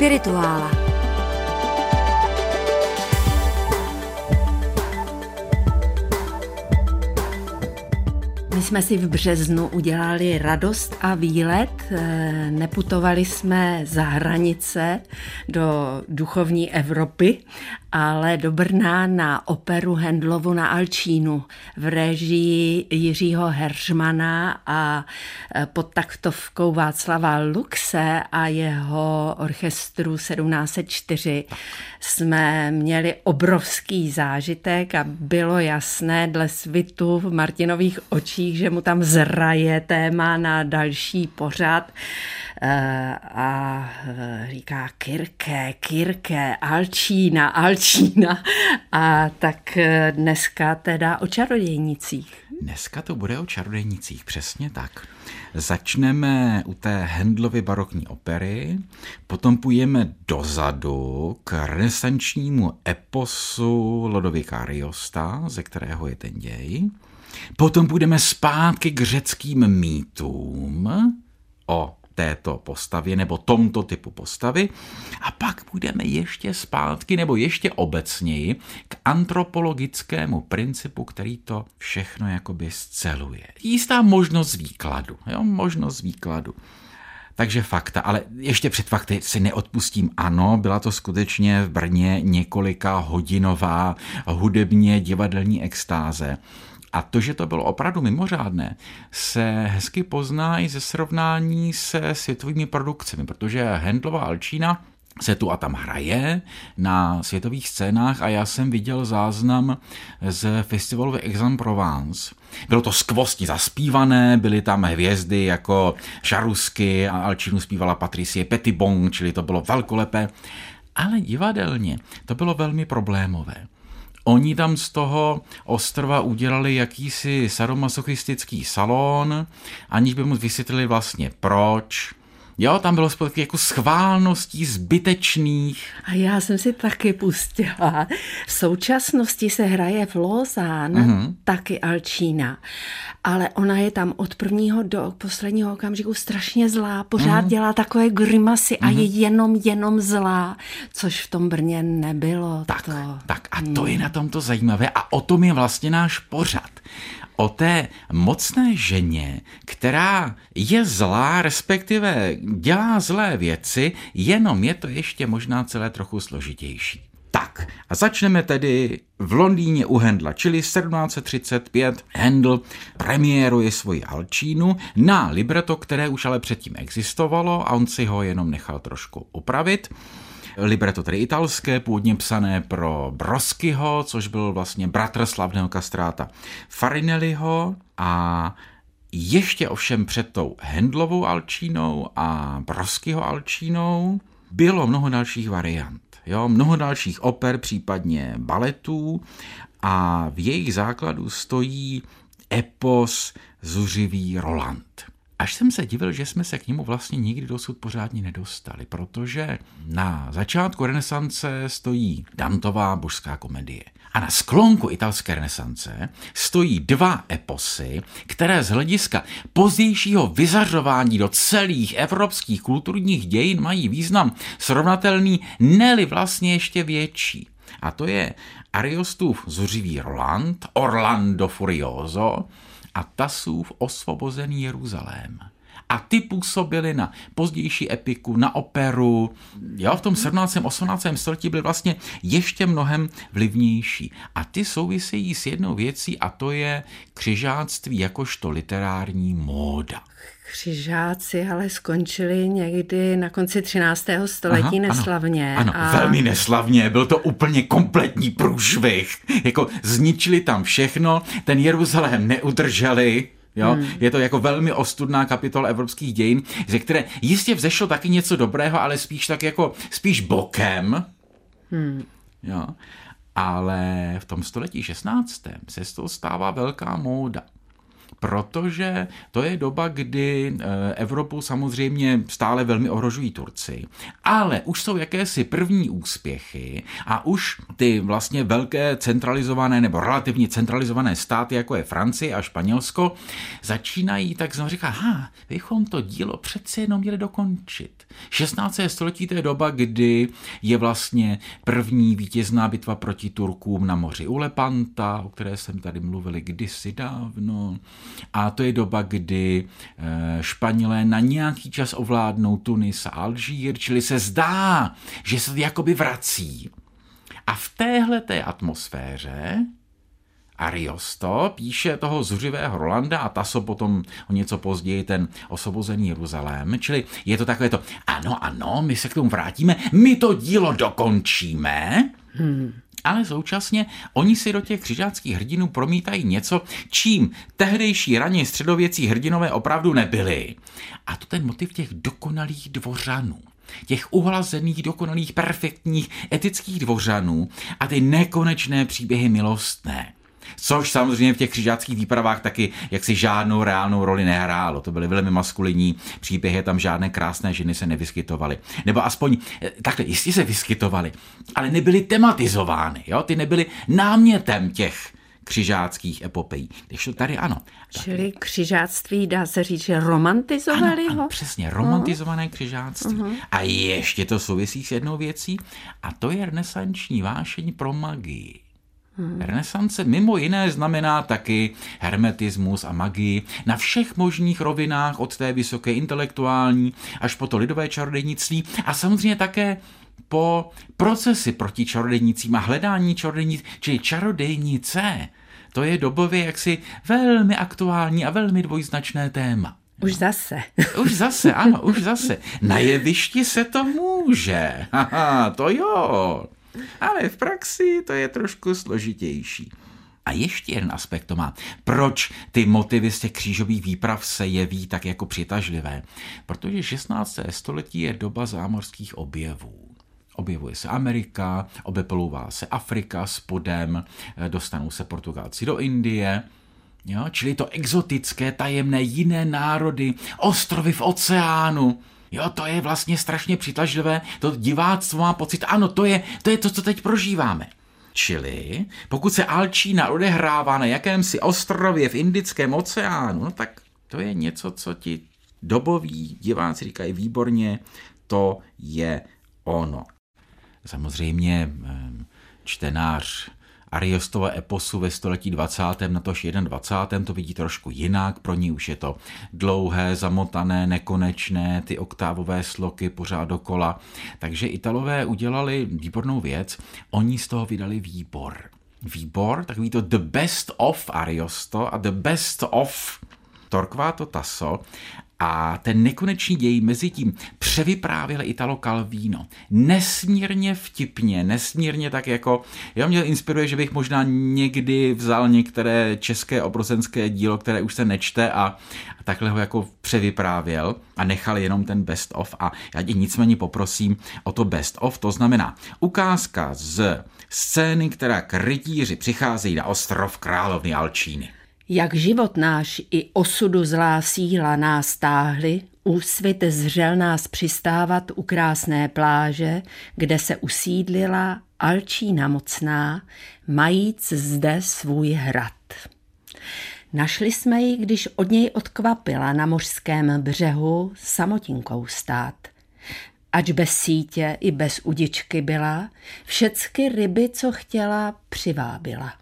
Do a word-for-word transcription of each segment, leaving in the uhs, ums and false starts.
Spirituála. My jsme si v březnu udělali radost a výlet, neputovali jsme za hranice do duchovní Evropy, ale do Brna na operu Handlovu na Alčínu v režii Jiřího Heřmana a pod taktovkou Václava Luxe a jeho orchestru sedmnáct set čtyři jsme měli obrovský zážitek a bylo jasné dle svitu v Martinových očích, že mu tam zraje téma na další pořad a říká Kirke, Kirke, Alčína, Alčína. A tak dneska teda o čarodějnicích. Dneska to bude o čarodějnicích, přesně tak. Začneme u té Handlovy barokní opery, potom půjdeme dozadu k renesančnímu eposu Lodovika Ariosta, ze kterého je ten děj. Potom půjdeme zpátky k řeckým mýtům o této postavě nebo tomto typu postavy a pak půjdeme ještě zpátky nebo ještě obecněji k antropologickému principu, který to všechno jakoby sceluje. Jistá možnost výkladu, jo, možnost výkladu. Takže fakta, ale ještě před fakty si neodpustím. Ano, byla to skutečně v Brně několika hodinová hudebně divadelní extáze. A to, že to bylo opravdu mimořádné, se hezky pozná i ze srovnání se světovými produkcemi, protože Handlova Alčína se tu a tam hraje na světových scénách a já jsem viděl záznam z festivalu Aix-en-Provence. Bylo to skvostně zaspívané, byly tam hvězdy jako Šarusky a Alčínu zpívala Patricie Petitbon, čili to bylo velkolepé, ale divadelně to bylo velmi problémové. Oni tam z toho ostrova udělali jakýsi sadomasochistický salon, aniž by mu vysvětlili vlastně proč. Jo, tam bylo spoustu jako schválností zbytečných. A já jsem si taky pustila. V současnosti se hraje v Lausanne, mm-hmm. taky Alčína, ale ona je tam od prvního do posledního okamžiku strašně zlá. Pořád mm-hmm. dělá takové grimasy mm-hmm. a je jenom, jenom zlá, což v tom Brně nebylo. Tak, to. tak a to je na tomto zajímavé a o tom je vlastně náš pořad. O té mocné ženě, která je zlá, respektive dělá zlé věci, jenom je to ještě možná celé trochu složitější. Tak a začneme tedy v Londýně u Handla, čili sedmnáct set třicet pět Handl premiéruje svoji Alčínu na libreto, které už ale předtím existovalo a on si ho jenom nechal trošku upravit. Libreto tedy italské, původně psané pro Broskyho, což byl vlastně bratr slavného kastráta Farinelliho a ještě ovšem před tou Handlovou Alčínou a Broskyho Alčínou bylo mnoho dalších variant. Jo, mnoho dalších oper, případně baletů a v jejich základu stojí epos Zuřivý Roland. Až jsem se divil, že jsme se k němu vlastně nikdy dosud pořádně nedostali, protože na začátku renesance stojí Dantová Božská komedie. A na sklonku italské renesance stojí dva eposy, které z hlediska pozdějšího vyzařování do celých evropských kulturních dějin mají význam srovnatelný, ne-li vlastně ještě větší. A to je Ariostův Zuřivý Roland, Orlando Furioso a Tassův Osvobozený Jeruzalém. A ty působily na pozdější epiku, na operu. Jo, v tom sedmnáctém osmnáctém století byly vlastně ještě mnohem vlivnější. A ty souvisejí s jednou věcí a to je křižáctví jakožto literární móda. Křižáci ale skončili někdy na konci třináctého století Aha, neslavně. Ano, ano a... velmi neslavně, byl to úplně kompletní průšvih. Jako zničili tam všechno, ten Jeruzalém neudrželi. Jo? Hmm. Je to jako velmi ostudná kapitola evropských dějin, ze které jistě vzešlo taky něco dobrého, ale spíš tak jako spíš bokem. Hmm. Jo? Ale v tom století šestnáctém se z toho stává velká móda. protože to je doba, kdy Evropu samozřejmě stále velmi ohrožují Turci, ale už jsou jakési první úspěchy a už ty vlastně velké centralizované nebo relativně centralizované státy, jako je Francie a Španělsko, začínají tak znovu říkat, ha, bychom to dílo přece jenom měli dokončit. šestnácté století to je doba, kdy je vlastně první vítězná bitva proti Turkům na moři u Lepanta, o které jsem tady mluvili kdysi dávno. A to je doba, kdy Španělé na nějaký čas ovládnou Tunis a Alžír, čili se zdá, že se to jakoby vrací. A v téhleté atmosféře Ariosto píše toho zuřivého Rolanda a Tasso potom o něco později ten osvobozený Jeruzalém, čili je to takové to, ano, ano, my se k tomu vrátíme, my to dílo dokončíme, hmm. ale současně oni si do těch křižáckých hrdinů promítají něco, čím tehdejší raně středověcí hrdinové opravdu nebyli. A to ten motiv těch dokonalých dvořanů. Těch uhlazených, dokonalých, perfektních, etických dvořanů a ty nekonečné příběhy milostné. Což samozřejmě v těch křižáckých výpravách taky jaksi žádnou reálnou roli nehrálo. To byly velmi maskulinní příběhy, tam žádné krásné ženy se nevyskytovaly. Nebo aspoň takhle, jistě se vyskytovaly, ale nebyly tematizovány. Jo? Ty nebyly námětem těch křižáckých epopejí. Takže to tady ano. Čili křižáctví, dá se říct, že romantizovali ano, ho? Ano, přesně, romantizované uh-huh. křižáctví. Uh-huh. A ještě to souvisí s jednou věcí, a to je renesanční vášeň pro magii. Hmm. Renesance mimo jiné znamená taky hermetismus a magii na všech možných rovinách, od té vysoké intelektuální až po to lidové čarodějnictví a samozřejmě také po procesy proti čarodějnicím a hledání čarodějnic, čili čarodějnice. To je dobově jaksi velmi aktuální a velmi dvojznačné téma. Už zase. Už zase, ano, už zase. Na jevišti se to může. Haha, to jo. Ale v praxi to je trošku složitější. A ještě jeden aspekt to má. Proč ty motivy z těch křížových výprav se jeví tak jako přitažlivé? Protože šestnácté století je doba zámořských objevů. Objevuje se Amerika, obeplouvá se Afrika spodem, dostanou se Portugalci do Indie, jo? Čili to exotické, tajemné, jiné národy, ostrovy v oceánu. Jo, to je vlastně strašně přitažlivé, to diváctvo má pocit, ano, to je, to je to, co teď prožíváme. Čili, pokud se Alčína odehrává na jakémsi ostrově v Indickém oceánu, no tak to je něco, co ti doboví diváci říkají výborně, to je ono. Samozřejmě čtenář Ariostova eposu ve století dvacátém natož dvacátém prvním to vidí trošku jinak, pro ní už je to dlouhé, zamotané, nekonečné, ty oktávové sloky pořád dokola. Takže Italové udělali výbornou věc, oni z toho vydali výbor. Výbor, takový to the best of Ariosto a the best of Torquato Tasso. A ten nekonečný děj mezi tím převyprávěl Italo Calvino. Nesmírně vtipně, nesmírně tak jako, jo, mě inspiruje, že bych možná někdy vzal některé české obrozenské dílo, které už se nečte a, a takhle ho jako převyprávěl a nechal jenom ten best of. A já tě nicméně poprosím o to best of, to znamená ukázka z scény, která k rytíři přicházejí na ostrov královny Alčíny. Jak život náš i osudu zlá síla nás táhly, úsvit zřel nás přistávat u krásné pláže, kde se usídlila Alčína mocná, majíc zde svůj hrad. Našli jsme ji, když od něj odkvapila na mořském břehu samotinkou stát. Ač bez sítě i bez udičky byla, všecky ryby, co chtěla, přivábila.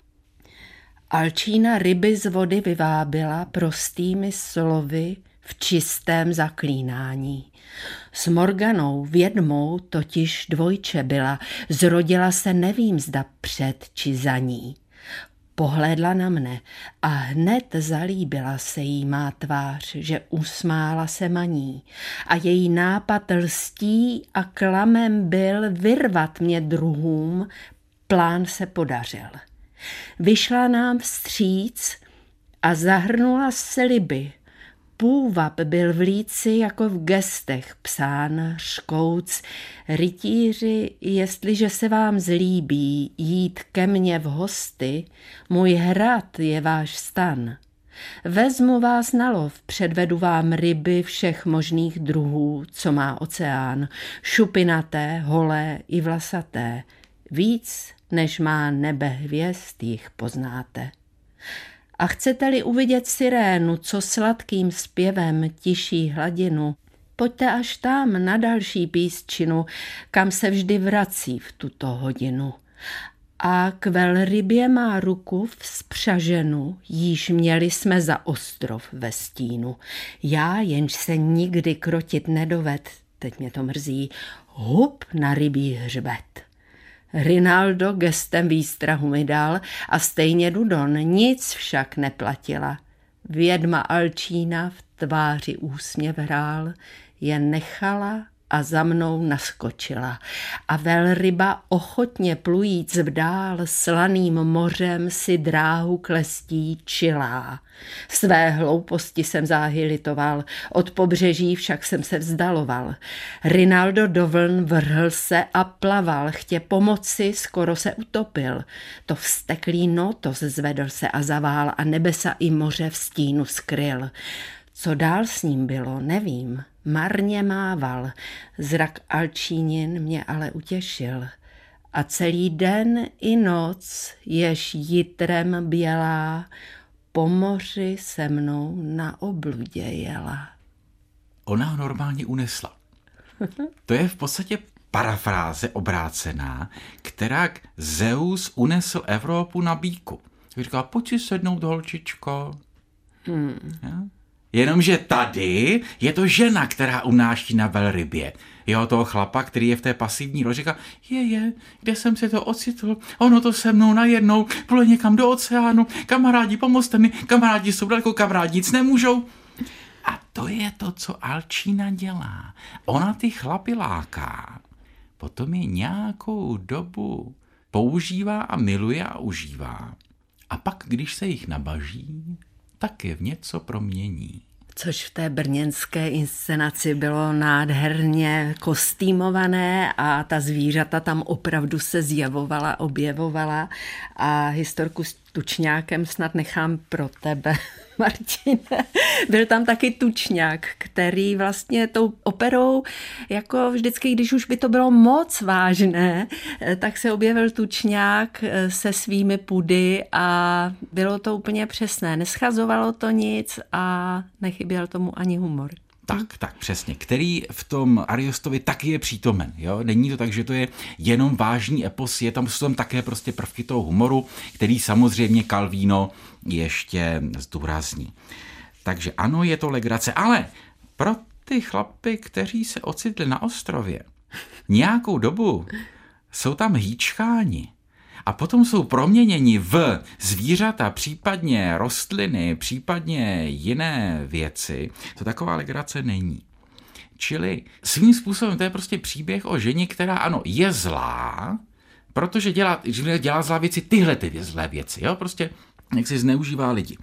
Alčína ryby z vody vyvábila prostými slovy v čistém zaklínání. S Morganou vědmou totiž dvojče byla, zrodila se nevím zda před či za ní. Pohlédla na mne a hned zalíbila se jí má tvář, že usmála se maní a její nápad lstí a klamem byl vyrvat mě druhům, plán se podařil. Vyšla nám vstříc a zahrnula sliby. Půvab byl v líci jako v gestech psán škouc. Rytíři, jestliže se vám zlíbí jít ke mně v hosty, můj hrad je váš stan. Vezmu vás na lov, předvedu vám ryby všech možných druhů, co má oceán, šupinaté, holé i vlasaté. Víc, než má nebe hvězd, jich poznáte. A chcete-li uvidět sirénu, co sladkým zpěvem tiší hladinu, pojďte až tam na další písčinu, kam se vždy vrací v tuto hodinu. A k velrybě má ruku vzpřaženu, jíž měli jsme za ostrov ve stínu. Já, jenž se nikdy krotit nedoved, teď mě to mrzí, hub na rybí hřbet. Rinaldo gestem výstrahu mi dal a stejně Dudon, nic však neplatila. Vědma Alčína v tváři úsměv hrál, jen nechala a za mnou naskočila. A velryba ochotně plujíc vdál slaným mořem si dráhu klestí čilá. Své hlouposti jsem záhy litoval, od pobřeží však jsem se vzdaloval. Rinaldo do vln vrhl se a plaval, chtě pomoci, skoro se utopil. To vzteklý notos zvedl se a zavál a nebesa i moře v stínu skryl. Co dál s ním bylo, nevím. Marně mával, zrak Alčínin mě ale utěšil. A celý den i noc, jež jitrem bělá, po moři se mnou na obludě jela. Ona ho normálně unesla. To je v podstatě parafráze obrácená, která Zeus unesl Evropu na býku. Říká, pojď si sednout, holčičko. Hmm. Ja? Jenomže tady je to žena, která unáší na velrybě. Jo, toho chlapa, který je v té pasivní roli, říká, je, je, kde jsem se to ocitl? Ono to se mnou najednou pluje někam do oceánu. Kamarádi, pomozte mi, kamarádi jsou daleko, kamarádi nic nemůžou. A to je to, co Alčína dělá. Ona ty chlapy láká. Potom je nějakou dobu používá a miluje a užívá. A pak, když se jich nabaží, tak je v něco promění. Což v té brněnské inscenaci bylo nádherně kostýmované a ta zvířata tam opravdu se zjevovala, objevovala a historku s tučňákem snad nechám pro tebe, Martine. Byl tam taky tučňák, který vlastně tou operou, jako vždycky, když už by to bylo moc vážné, tak se objevil tučňák se svými pudy a bylo to úplně přesné. Neschazovalo to nic a nechyběl tomu ani humor. Tak, tak, přesně. Který v tom Ariostovi taky je přítomen. Jo? Není to tak, že to je jenom vážný epos, je tam, jsou tam také prostě prvky toho humoru, který samozřejmě Calvino ještě zdůrazní. Takže ano, je to legrace, ale pro ty chlapy, kteří se ocitli na ostrově, nějakou dobu jsou tam hýčkáni. A potom jsou proměněni v zvířata, případně rostliny, případně jiné věci, to taková legrace není. Čili svým způsobem to je prostě příběh o ženě, která ano, je zlá, protože dělá, dělá zlá věci, tyhle ty zlé věci, jo, prostě jak si zneužívá lidi.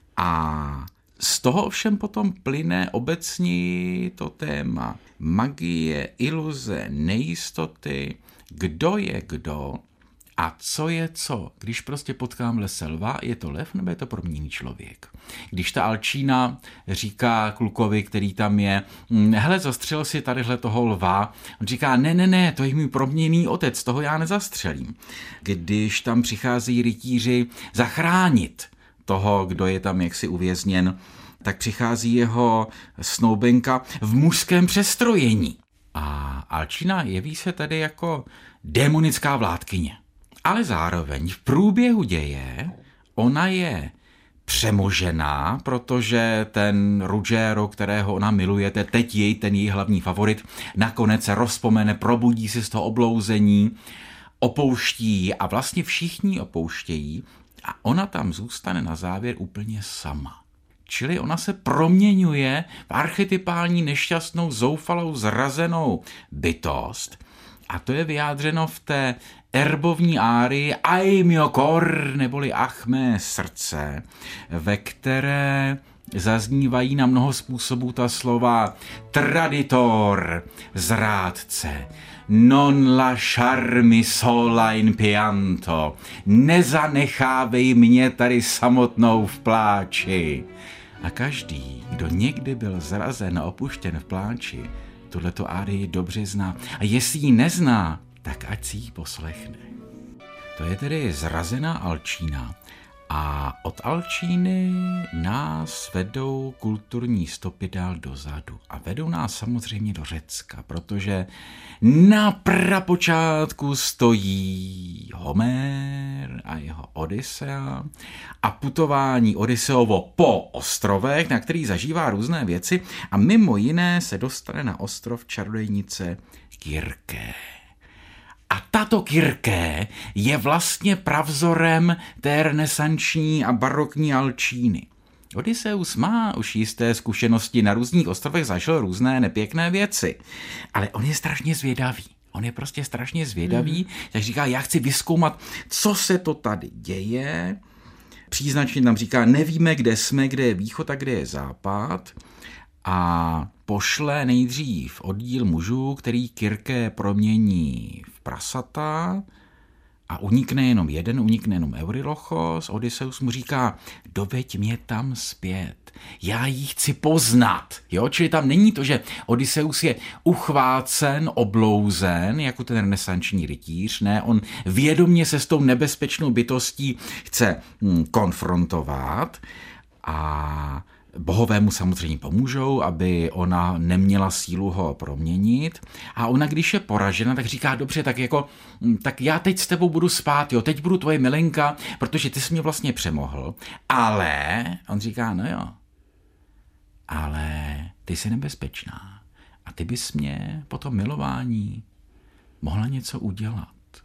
A z toho ovšem potom plyne obecně to téma magie, iluze, nejistoty, kdo je kdo, a co je co? Když prostě potkám v lese lva, je to lev nebo je to proměněný člověk? Když ta Alčína říká klukovi, který tam je, hele, zastřelil si tadyhle toho lva, on říká, ne, ne, ne, to je můj proměněný otec, toho já nezastřelím. Když tam přichází rytíři zachránit toho, kdo je tam jaksi uvězněn, tak přichází jeho snoubenka v mužském přestrojení. A Alčína jeví se tady jako démonická vládkyně. Ale zároveň v průběhu děje ona je přemožená, protože ten Ruggiero, kterého ona miluje, teď jej, ten její hlavní favorit, nakonec se rozpomene, probudí se z toho oblouzení, opouští a vlastně všichni opouštějí a ona tam zůstane na závěr úplně sama. Čili ona se proměňuje v archetypální nešťastnou, zoufalou, zrazenou bytost. A to je vyjádřeno v té erbovní árii Ai mio cor, neboli Ach mé srdce, ve které zaznívají na mnoho způsobů ta slova traditor, zrádce, non lasciarmi sola in pianto, nezanechávej mě tady samotnou v pláči. A každý, kdo někdy byl zrazen a opuštěn v pláči, tuhleto árii dobře zná. A jestli ji nezná, tak ať si ji poslechne. To je tedy zrazená Alčína. A od Alčíny nás vedou kulturní stopy dál dozadu. A vedou nás samozřejmě do Řecka, protože na prapočátku stojí Homér a jeho Odyssea a putování Odysseovo po ostrovech, na který zažívá různé věci a mimo jiné se dostane na ostrov čarodějnice Kyrké. A tato Kyrké je vlastně pravzorem té renesanční a barokní Alčíny. Odysseus má už jisté zkušenosti, na různých ostrovech zažil různé nepěkné věci, ale on je strašně zvědavý. On je prostě strašně zvědavý, mm. tak říká, já chci vyzkoumat, co se to tady děje. Příznačně tam říká, nevíme, kde jsme, kde je východ a kde je západ. A pošle nejdřív oddíl mužů, který Kyrké promění v prasata a unikne jenom jeden, unikne jenom Eurylochos. Odysseus mu říká, doveď mě tam zpět, já ji chci poznat. Jo? Čili tam není to, že Odysseus je uchvácen, oblouzen, jako ten renesanční rytíř, ne, on vědomě se s tou nebezpečnou bytostí chce hm, konfrontovat a bohové mu samozřejmě pomůžou, aby ona neměla sílu ho proměnit. A ona, když je poražena, tak říká, dobře, tak jako, tak já teď s tebou budu spát, jo, teď budu tvoje milenka, protože ty jsi mě vlastně přemohl. Ale, on říká, no jo, ale ty jsi nebezpečná. A ty bys mě po tom milování mohla něco udělat.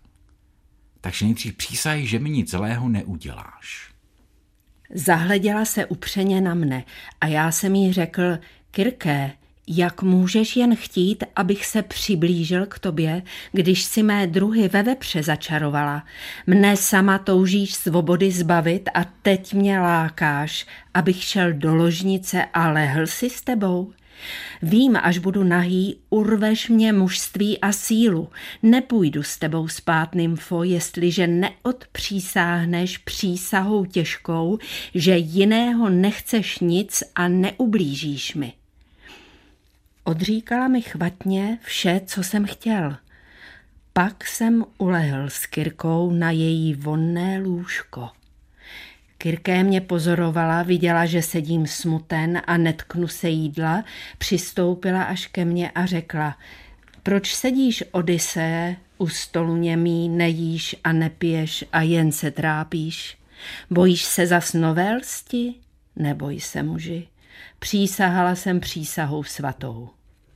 Takže nejdřív přísahej, že mi nic zlého neuděláš. Zahleděla se upřeně na mne a já jsem jí řekl, Kyrké, jak můžeš jen chtít, abych se přiblížil k tobě, když si mé druhy ve vepře začarovala. Mne sama toužíš svobody zbavit a teď mě lákáš, abych šel do ložnice a lehl si s tebou. Vím, až budu nahý, urveš mě mužství a sílu. Nepůjdu s tebou spát, nymfo, jestliže neodpřísáhneš přísahou těžkou, že jiného nechceš nic a neublížíš mi. Odříkala mi chvatně vše, co jsem chtěl. Pak jsem ulehl s Kyrkou na její vonné lůžko. Kyrké mě pozorovala, viděla, že sedím smuten a netknu se jídla, přistoupila až ke mně a řekla, proč sedíš, Odysseje, u stolu němý, nejíš a nepiješ a jen se trápíš? Bojíš se zas nové lsti? Neboj se, muži, přísahala jsem přísahou svatou.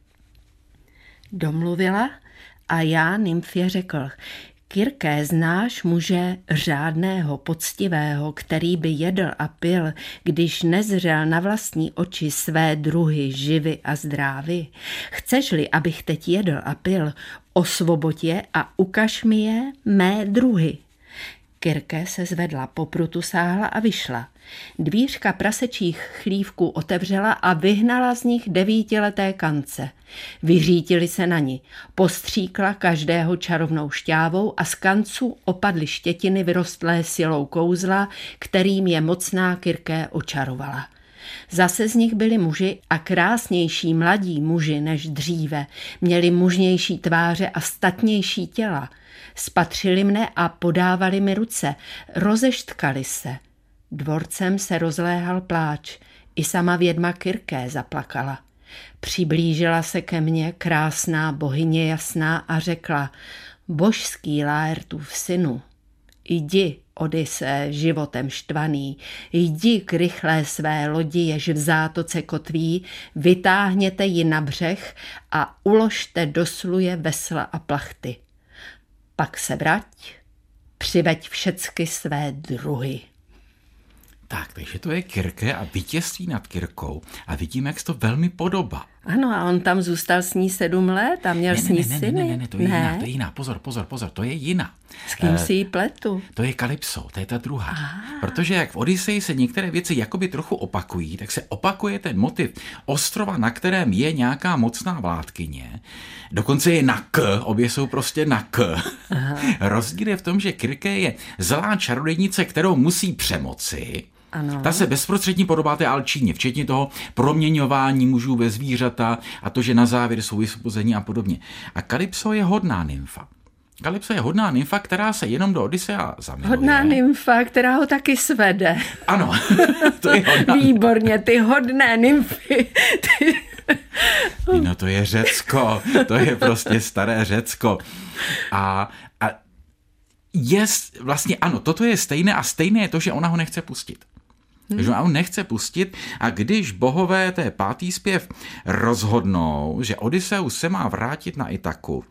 Domluvila a já nymfě řekl, Kyrké, znáš muže řádného, poctivého, který by jedl a pil, když nezřel na vlastní oči své druhy živy a zdrávy? Chceš-li, abych teď jedl a pil, osvoboď je a ukaž mi je mé druhy. Kyrké se zvedla, po prutu sáhla a vyšla. Dvířka prasečích chlívků otevřela a vyhnala z nich devítileté kance. Vyřítili se na ni, postříkla každého čarovnou šťávou a z kanců opadly štětiny vyrostlé silou kouzla, kterým je mocná Kyrké očarovala. Zase z nich byli muži a krásnější mladí muži než dříve, měli mužnější tváře a statnější těla. Spatřili mne a podávali mi ruce, rozeštkali se. Dvorcem se rozléhal pláč, i sama vědma Kyrké zaplakala. Přiblížila se ke mně krásná bohyně jasná a řekla, božský Laertův synu, jdi, Odysse, životem štvaný, jdi k rychlé své lodi, jež v zátoce kotví, vytáhněte ji na břeh a uložte do sluje vesla a plachty. Pak se vrať, přiveď všecky své druhy. Tak, takže to je Kyrké a vítězství nad Kyrkou a vidíme, jak se to velmi podobá. Ano, a on tam zůstal s ní sedm let a měl ne, s ne, ní ne, syny. Ne, ne, ne, to je ne? jiná, to je jiná. Pozor, pozor, pozor, to je jiná. S kým si jí pletu? To je Kalypso, to je ta druhá. Aha. Protože jak v Odyseji se některé věci jakoby trochu opakují, tak se opakuje ten motiv ostrova, na kterém je nějaká mocná vládkyně. Dokonce je na K, obě jsou prostě na K. Aha. Rozdíl je v tom, že Kirke je zlá čarodějnice, kterou musí přemoci. Ano. Ta se bezprostředně podobá té Alčíně, včetně toho proměňování mužů ve zvířata a to, že na závěr jsou vysvobození a podobně. A Kalypso je hodná nymfa. Kalypso je hodná nymfa, která se jenom do Odysea zamiluje. Hodná nymfa, která ho taky svede. Ano, to je hodná. Výborně, ty hodné nymfy. Ty... No to je Řecko, to je prostě staré Řecko. A, a je vlastně, ano, toto je stejné a stejné je to, že ona ho nechce pustit. Hmm. Že ona ho nechce pustit a když bohové, to je pátý zpěv, rozhodnou, že Odysseus se má vrátit na Itaku,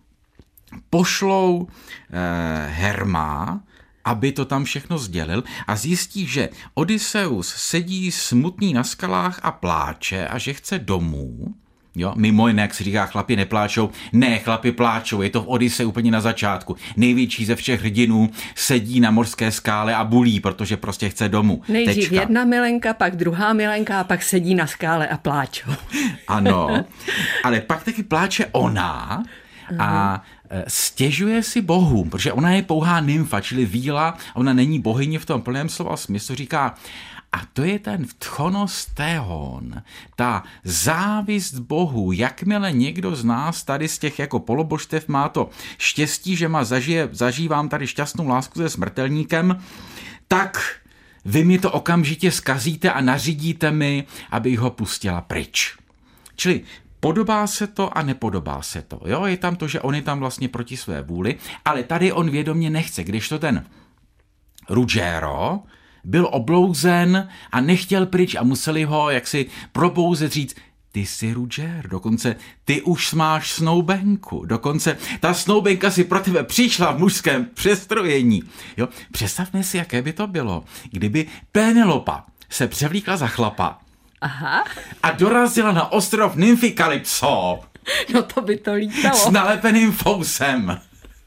pošlou eh, Herma, aby to tam všechno sdělil a zjistí, že Odysseus sedí smutný na skalách a pláče a že chce domů. Jo, mimo jiné, jak se říká, chlapi nepláčou. Ne, chlapi pláčou, je to v Odysseu úplně na začátku. Největší ze všech hrdinů sedí na mořské skále a bulí, protože prostě chce domů. Nejdřív Tečka. Jedna milenka, pak druhá milenka a pak sedí na skále a pláčou. Ano, ale pak taky pláče ona a stěžuje si bohům, protože ona je pouhá nymfa, čili víla, ona není bohyně v tom plném slova smyslu, říká, a to je ten tchonos téhon, ta závist bohů, jakmile někdo z nás tady z těch jako polobožstev má to štěstí, že má zažije, zažívám tady šťastnou lásku se smrtelníkem, tak vy mi to okamžitě zkazíte a nařídíte mi, abych ho pustila pryč. Čili podobá se to a nepodobá se to. Jo? Je tam to, že on je tam vlastně proti své vůli, ale tady on vědomě nechce, když to ten Ruggiero byl oblouzen a nechtěl pryč a museli ho jaksi probouzet říct, ty jsi Ruggier, dokonce ty už máš snoubenku, dokonce ta snoubenka si pro tebe přišla v mužském přestrojení. Jo? Představme si, jaké by to bylo, kdyby Penelopa se převlíkla za chlapa. Aha. A dorazila na ostrov Nymfy Kalypso. No to by to lítalo. S nalepeným fousem.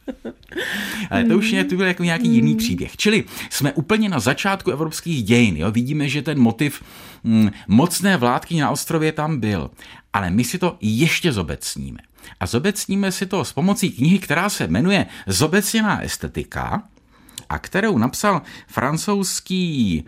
Ale to už je, to byl jako nějaký jiný příběh. Čili jsme úplně na začátku evropských dějin. Jo? Vidíme, že ten motiv hm, mocné vládky na ostrově tam byl. Ale my si to ještě zobecníme. A zobecníme si to s pomocí knihy, která se jmenuje Zobecněná estetika a kterou napsal francouzský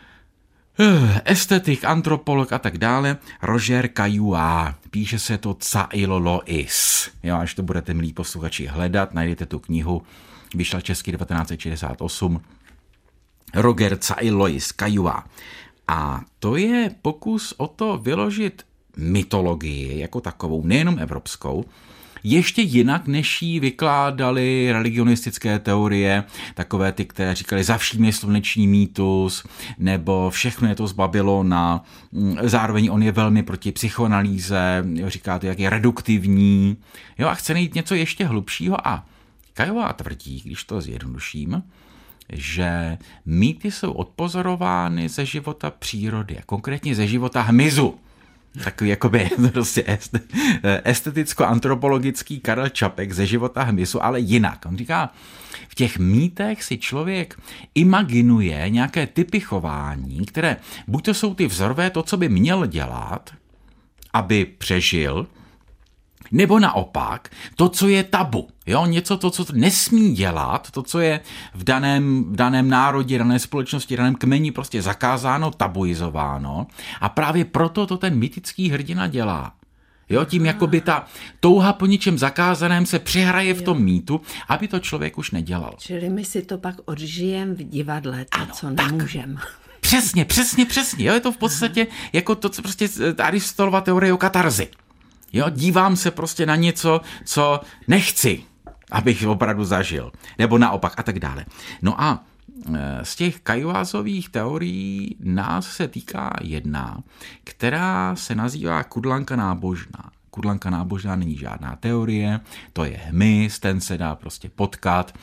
estetik, antropolog a tak dále, Roger Caillois. Píše se to Caillois. Jo, až to budete, milí posluchači, hledat, najdete tu knihu. Vyšla česky devatenáct set šedesát osm. Roger Caillois, Caillois. A to je pokus o to vyložit mytologii jako takovou, nejenom evropskou, ještě jinak, než jí vykládali religionistické teorie, takové ty, které říkali za vším je sluneční mýtus, nebo všechno je to z Babylona, zároveň on je velmi proti psychoanalýze, jo, říká to, jak je reduktivní, jo, a chce najít něco ještě hlubšího a Caillois tvrdí, když to zjednoduším, že mýty jsou odpozorovány ze života přírody, a konkrétně ze života hmyzu. Takový jakoby prostě esteticko-antropologický Karel Čapek ze života hmyzu, ale jinak. On říká, v těch mýtech si člověk imaginuje nějaké typy chování, které buď to jsou ty vzorové, to, co by měl dělat, aby přežil, nebo naopak, to, co je tabu, jo, něco, to, co nesmí dělat, to, co je v daném, v daném národě, dané společnosti, daném kmeni prostě zakázáno, tabuizováno a právě proto to ten mytický hrdina dělá. Jo, tím jakoby ta touha po něčem zakázaném se přihraje v tom mýtu, aby to člověk už nedělal. Čili my si to pak odžijem v divadle, to, ano, co nemůžeme. Přesně, přesně, přesně. Jo, je to v podstatě jako to, co prostě Aristotélova teorie o katarzi. Jo, dívám se prostě na něco, co nechci, abych opravdu zažil. Nebo naopak a tak dále. No a z těch Cailloisových teorií nás se týká jedna, která se nazývá kudlanka nábožná. Kudlanka nábožná není žádná teorie, to je hmyz, ten se dá prostě potkat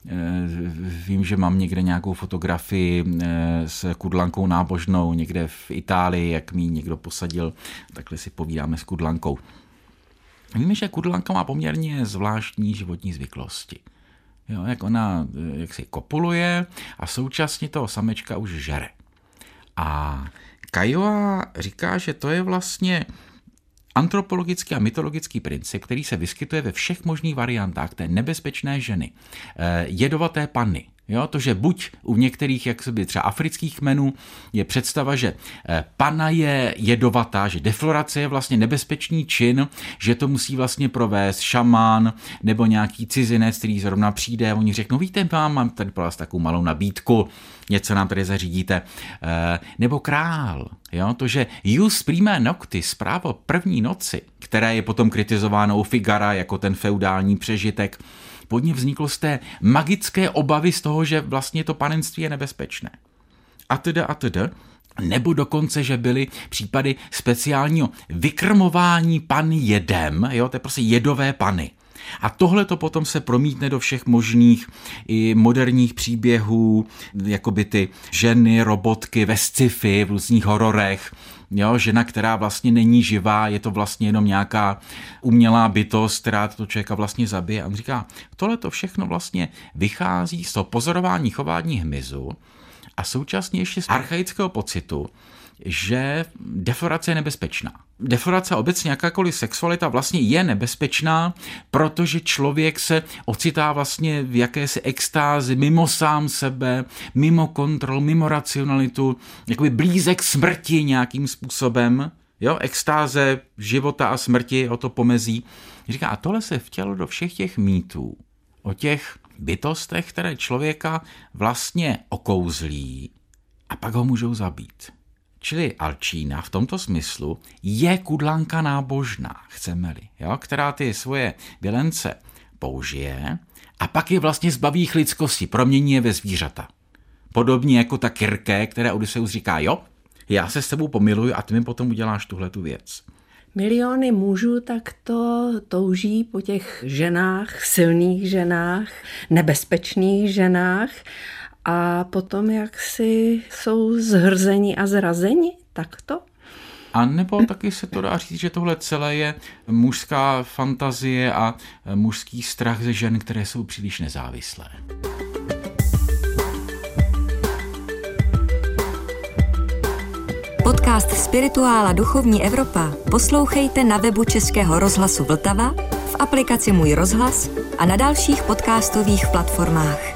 Vím, že mám někde nějakou fotografii s kudlankou nábožnou někde v Itálii, jak mi někdo posadil, takhle si povídáme s kudlankou. Víme, že kudlanka má poměrně zvláštní životní zvyklosti. Jo, jak ona jak si kopuluje a současně toho samečka už žere. A Kiowa říká, že to je vlastně antropologický a mytologický princip, který se vyskytuje ve všech možných variantách té nebezpečné ženy, jedovaté panny. Jo, to, že buď u některých, jak se by třeba afrických kmenů, je představa, že panna je jedovatá, že deflorace je vlastně nebezpečný čin, že to musí vlastně provést šamán nebo nějaký cizinec, který zrovna přijde a oni řeknou, víte, mám, mám tady pro vás takovou malou nabídku, něco nám tady zařídíte. E, nebo král, jo, to, že jus prima noctis, právo první noci, které je potom kritizováno u Figara jako ten feudální přežitek, pod ně vzniklo z té magické obavy z toho, že vlastně to panenství je nebezpečné. A teda a teda. Nebo dokonce, že byly případy speciálního vykrmování panny jedem, jo, to je prostě jedové panny. A tohle to potom se promítne do všech možných i moderních příběhů, jako by ty ženy, robotky ve sci-fi, v různých hororech. Jo, žena, která vlastně není živá, je to vlastně jenom nějaká umělá bytost, která to člověka vlastně zabije. A on říká, tohle to všechno vlastně vychází z toho pozorování chování hmyzu a současně ještě z archaického pocitu, že deflorace je nebezpečná. Deflorace obecně, jakákoliv sexualita vlastně je nebezpečná, protože člověk se ocitá vlastně v jakési extázi, mimo sám sebe, mimo kontrol, mimo racionalitu, jakoby blízek smrti nějakým způsobem. Jo, extáze života a smrti, o to pomezí. Říká, a tohle se vtělo do všech těch mýtů o těch bytostech, které člověka vlastně okouzlí a pak ho můžou zabít. Čili Alcina v tomto smyslu je kudlanka nábožná, chceme-li, jo, která ty svoje bylence použije a pak je vlastně zbaví jich lidskosti, promění je ve zvířata. Podobně jako ta Kirke, které Odysseus říká, jo, já se s tebou pomiluju a ty mi potom uděláš tuhletu věc. Miliony mužů takto touží po těch ženách, silných ženách, nebezpečných ženách a potom jaksi jsou zhrzeni a zrazeni takto? A nebo taky se to dá říct, že tohle celé je mužská fantazie a mužský strach ze žen, které jsou příliš nezávislé. Podcast Spirituála Duchovní Evropa poslouchejte na webu Českého rozhlasu Vltava, v aplikaci Můj rozhlas a na dalších podcastových platformách.